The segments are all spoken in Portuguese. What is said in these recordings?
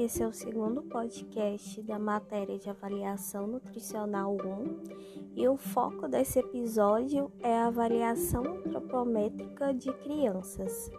esse é o segundo podcast da matéria de avaliação nutricional 1 e o foco desse episódio é a avaliação antropométrica de crianças.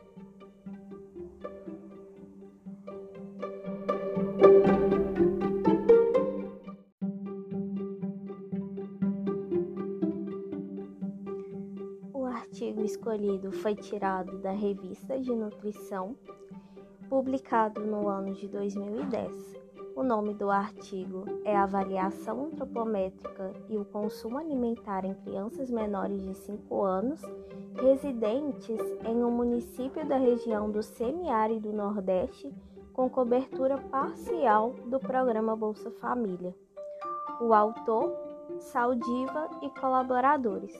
O artigo escolhido foi tirado da Revista de Nutrição, publicado no ano de 2010. O nome do artigo é Avaliação Antropométrica e o Consumo Alimentar em Crianças Menores de 5 anos, residentes em um município da região do Semiárido Nordeste, com cobertura parcial do programa Bolsa Família. O autor, Saldiva e colaboradores.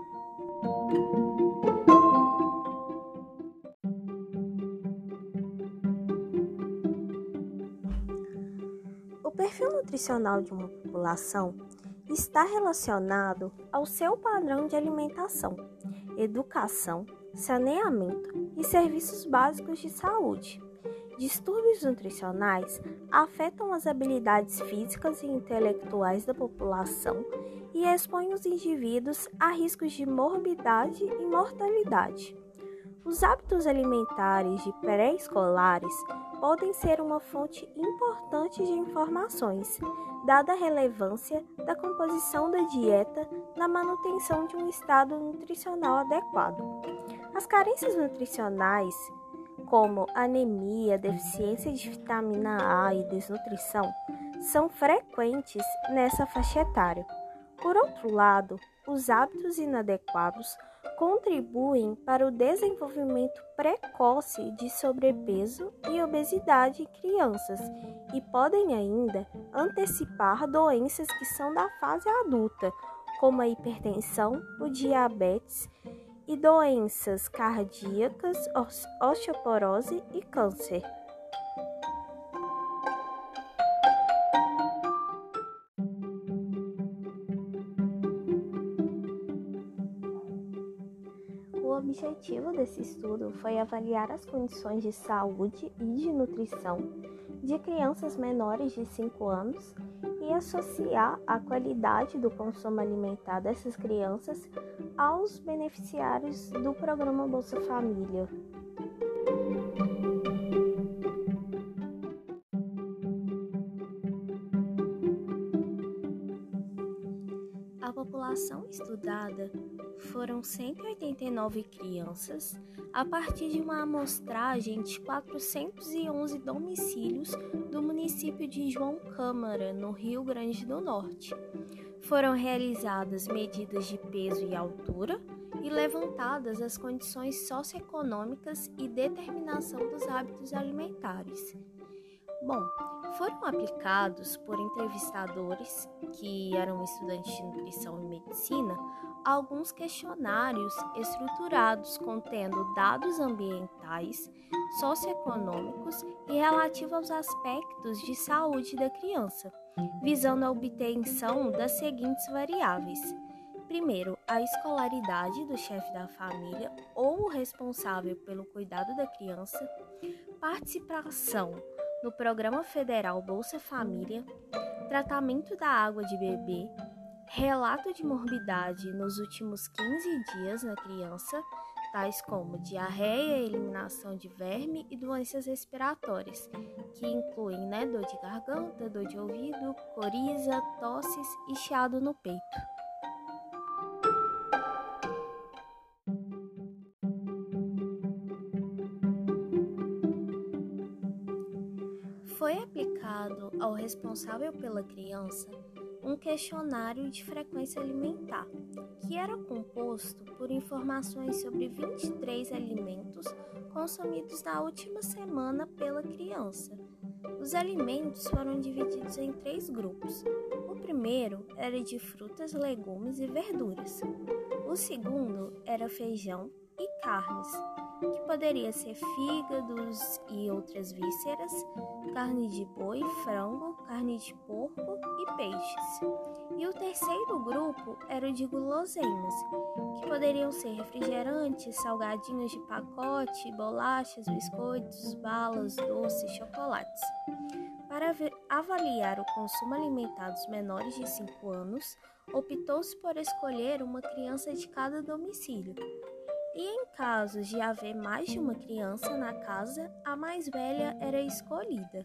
O perfil nutricional de uma população está relacionado ao seu padrão de alimentação, educação, saneamento e serviços básicos de saúde. Distúrbios nutricionais afetam as habilidades físicas e intelectuais da população e expõem os indivíduos a riscos de morbidade e mortalidade. Os hábitos alimentares de pré-escolares podem ser uma fonte importante de informações, dada a relevância da composição da dieta na manutenção de um estado nutricional adequado. As carências nutricionais, como anemia, deficiência de vitamina A e desnutrição, são frequentes nessa faixa etária. Por outro lado, os hábitos inadequados contribuem para o desenvolvimento precoce de sobrepeso e obesidade em crianças e podem ainda antecipar doenças que são da fase adulta, como a hipertensão, o diabetes e doenças cardíacas, osteoporose e câncer. O objetivo desse estudo foi avaliar as condições de saúde e de nutrição de crianças menores de 5 anos e associar a qualidade do consumo alimentar dessas crianças aos beneficiários do programa Bolsa Família. A população estudada foram 189 crianças a partir de uma amostragem de 411 domicílios do município de João Câmara, no Rio Grande do Norte. Foram realizadas medidas de peso e altura e levantadas as condições socioeconômicas e determinação dos hábitos alimentares. Foram aplicados por entrevistadores, que eram estudantes de nutrição e medicina, alguns questionários estruturados contendo dados ambientais, socioeconômicos e relativos aos aspectos de saúde da criança, visando a obtenção das seguintes variáveis. Primeiro, a escolaridade do chefe da família ou o responsável pelo cuidado da criança, participação no Programa Federal Bolsa Família, tratamento da água de bebê, relato de morbidade nos últimos 15 dias na criança, tais como diarreia, eliminação de verme e doenças respiratórias, que incluem dor de garganta, dor de ouvido, coriza, tosses e chiado no peito. Foi aplicado ao responsável pela criança um questionário de frequência alimentar, que era composto por informações sobre 23 alimentos consumidos na última semana pela criança. Os alimentos foram divididos em 3 grupos. O primeiro era de frutas, legumes e verduras. O segundo era feijão e carnes, que poderia ser fígados e outras vísceras, carne de boi, frango, carne de porco e peixes. E o terceiro grupo era o de guloseimas, que poderiam ser refrigerantes, salgadinhos de pacote, bolachas, biscoitos, balas, doces, chocolates. Para avaliar o consumo alimentar dos menores de 5 anos, optou-se por escolher uma criança de cada domicílio. E em casos de haver mais de uma criança na casa, a mais velha era escolhida.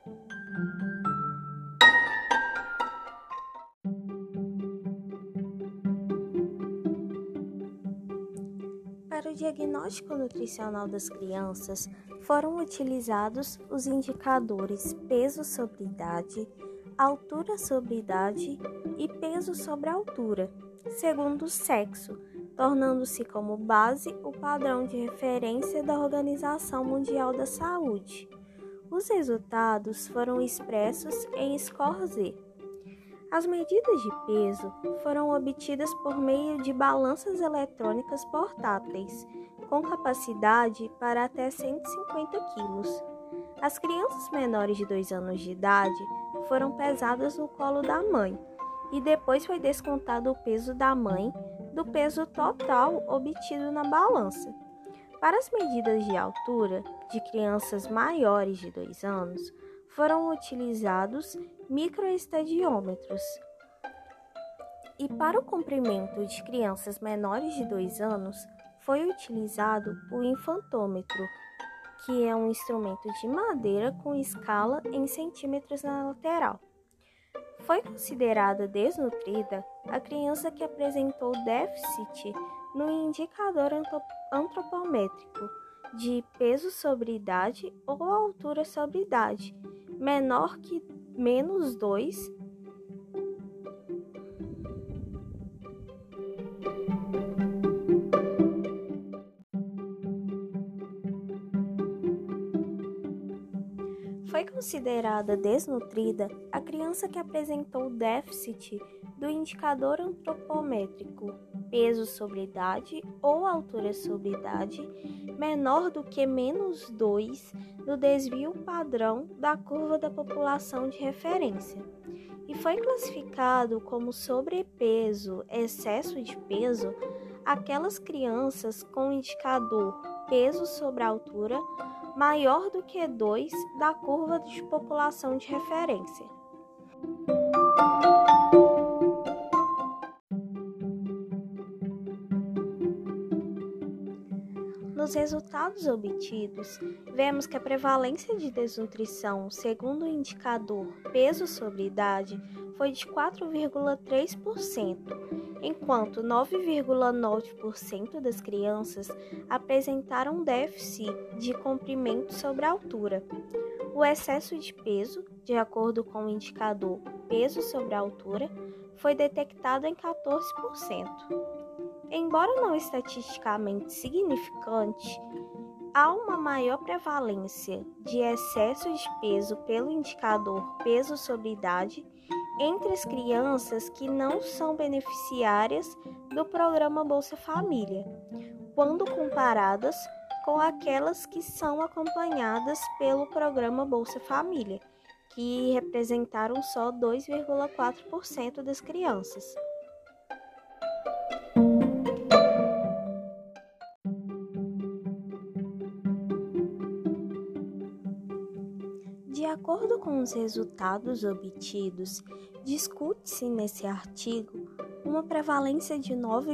Para o diagnóstico nutricional das crianças, foram utilizados os indicadores peso sobre idade, altura sobre idade e peso sobre altura, segundo o sexo, tornando-se como base o padrão de referência da Organização Mundial da Saúde. Os resultados foram expressos em Score Z. As medidas de peso foram obtidas por meio de balanças eletrônicas portáteis, com capacidade para até 150 kg. As crianças menores de 2 anos de idade foram pesadas no colo da mãe e depois foi descontado o peso da mãe do peso total obtido na balança. Para as medidas de altura de crianças maiores de 2 anos, foram utilizados microestadiômetros. E para o comprimento de crianças menores de 2 anos, foi utilizado o infantômetro, que é um instrumento de madeira com escala em centímetros na lateral. Foi considerada desnutrida a criança que apresentou déficit no indicador antropométrico de peso sobre idade ou altura sobre idade, menor que -2, Foi considerada desnutrida a criança que apresentou déficit do indicador antropométrico, peso sobre idade ou altura sobre idade, menor do que -2 no desvio padrão da curva da população de referência, e foi classificado como sobrepeso, excesso de peso, aquelas crianças com indicador peso sobre altura maior do que 2 da curva de população de referência. Nos resultados obtidos, vemos que a prevalência de desnutrição, segundo o indicador peso sobre idade, foi de 4,3%, enquanto 9,9% das crianças apresentaram déficit de comprimento sobre a altura. O excesso de peso, de acordo com o indicador peso sobre a altura, foi detectado em 14%. Embora não estatisticamente significante, há uma maior prevalência de excesso de peso pelo indicador peso sobre idade entre as crianças que não são beneficiárias do programa Bolsa Família, quando comparadas com aquelas que são acompanhadas pelo programa Bolsa Família, que representaram só 2,4% das crianças. De acordo com os resultados obtidos, discute-se nesse artigo uma prevalência de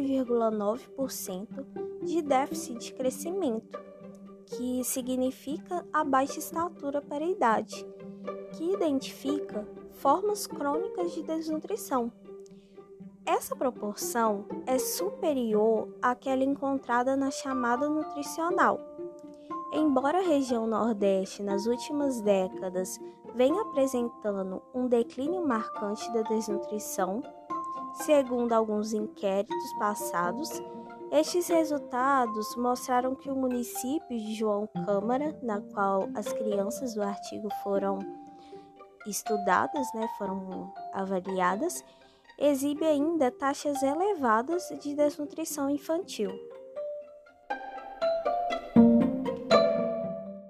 9,9% de déficit de crescimento, que significa a baixa estatura para a idade, que identifica formas crônicas de desnutrição. Essa proporção é superior àquela encontrada na chamada nutricional. Embora a região Nordeste, nas últimas décadas, venha apresentando um declínio marcante da desnutrição, segundo alguns inquéritos passados, estes resultados mostraram que o município de João Câmara, na qual as crianças do artigo foram estudadas, foram avaliadas, exibe ainda taxas elevadas de desnutrição infantil.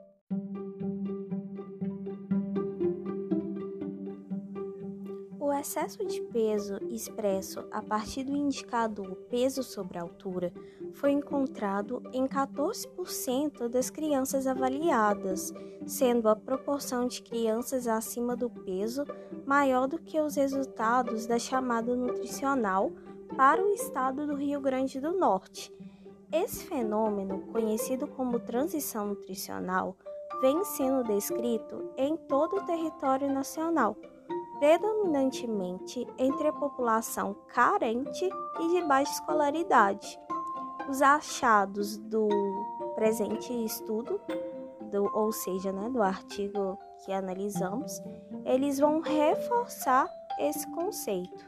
O excesso de peso expresso a partir do indicador peso sobre altura foi encontrado em 14% das crianças avaliadas, sendo a proporção de crianças acima do peso maior do que os resultados da chamada nutricional para o estado do Rio Grande do Norte. Esse fenômeno, conhecido como transição nutricional, vem sendo descrito em todo o território nacional, predominantemente entre a população carente e de baixa escolaridade. Os achados do presente estudo, ou seja, do artigo que analisamos, eles vão reforçar esse conceito.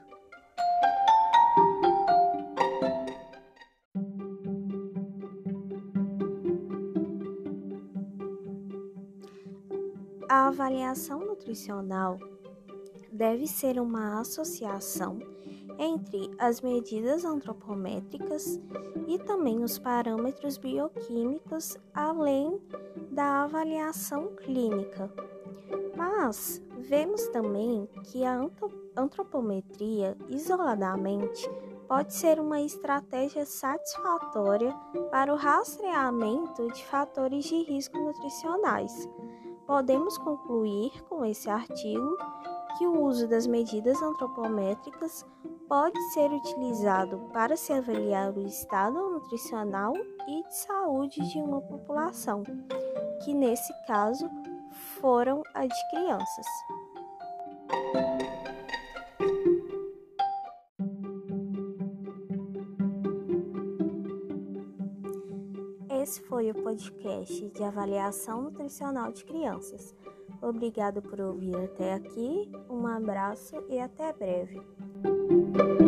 A avaliação nutricional deve ser uma associação entre as medidas antropométricas e também os parâmetros bioquímicos, além da avaliação clínica. Mas vemos também que a antropometria, isoladamente, pode ser uma estratégia satisfatória para o rastreamento de fatores de risco nutricionais. Podemos concluir com esse artigo que o uso das medidas antropométricas pode ser utilizado para se avaliar o estado nutricional e de saúde de uma população, que nesse caso foram a de crianças. Esse foi o podcast de avaliação nutricional de crianças. Obrigado por ouvir até aqui, um abraço e até breve.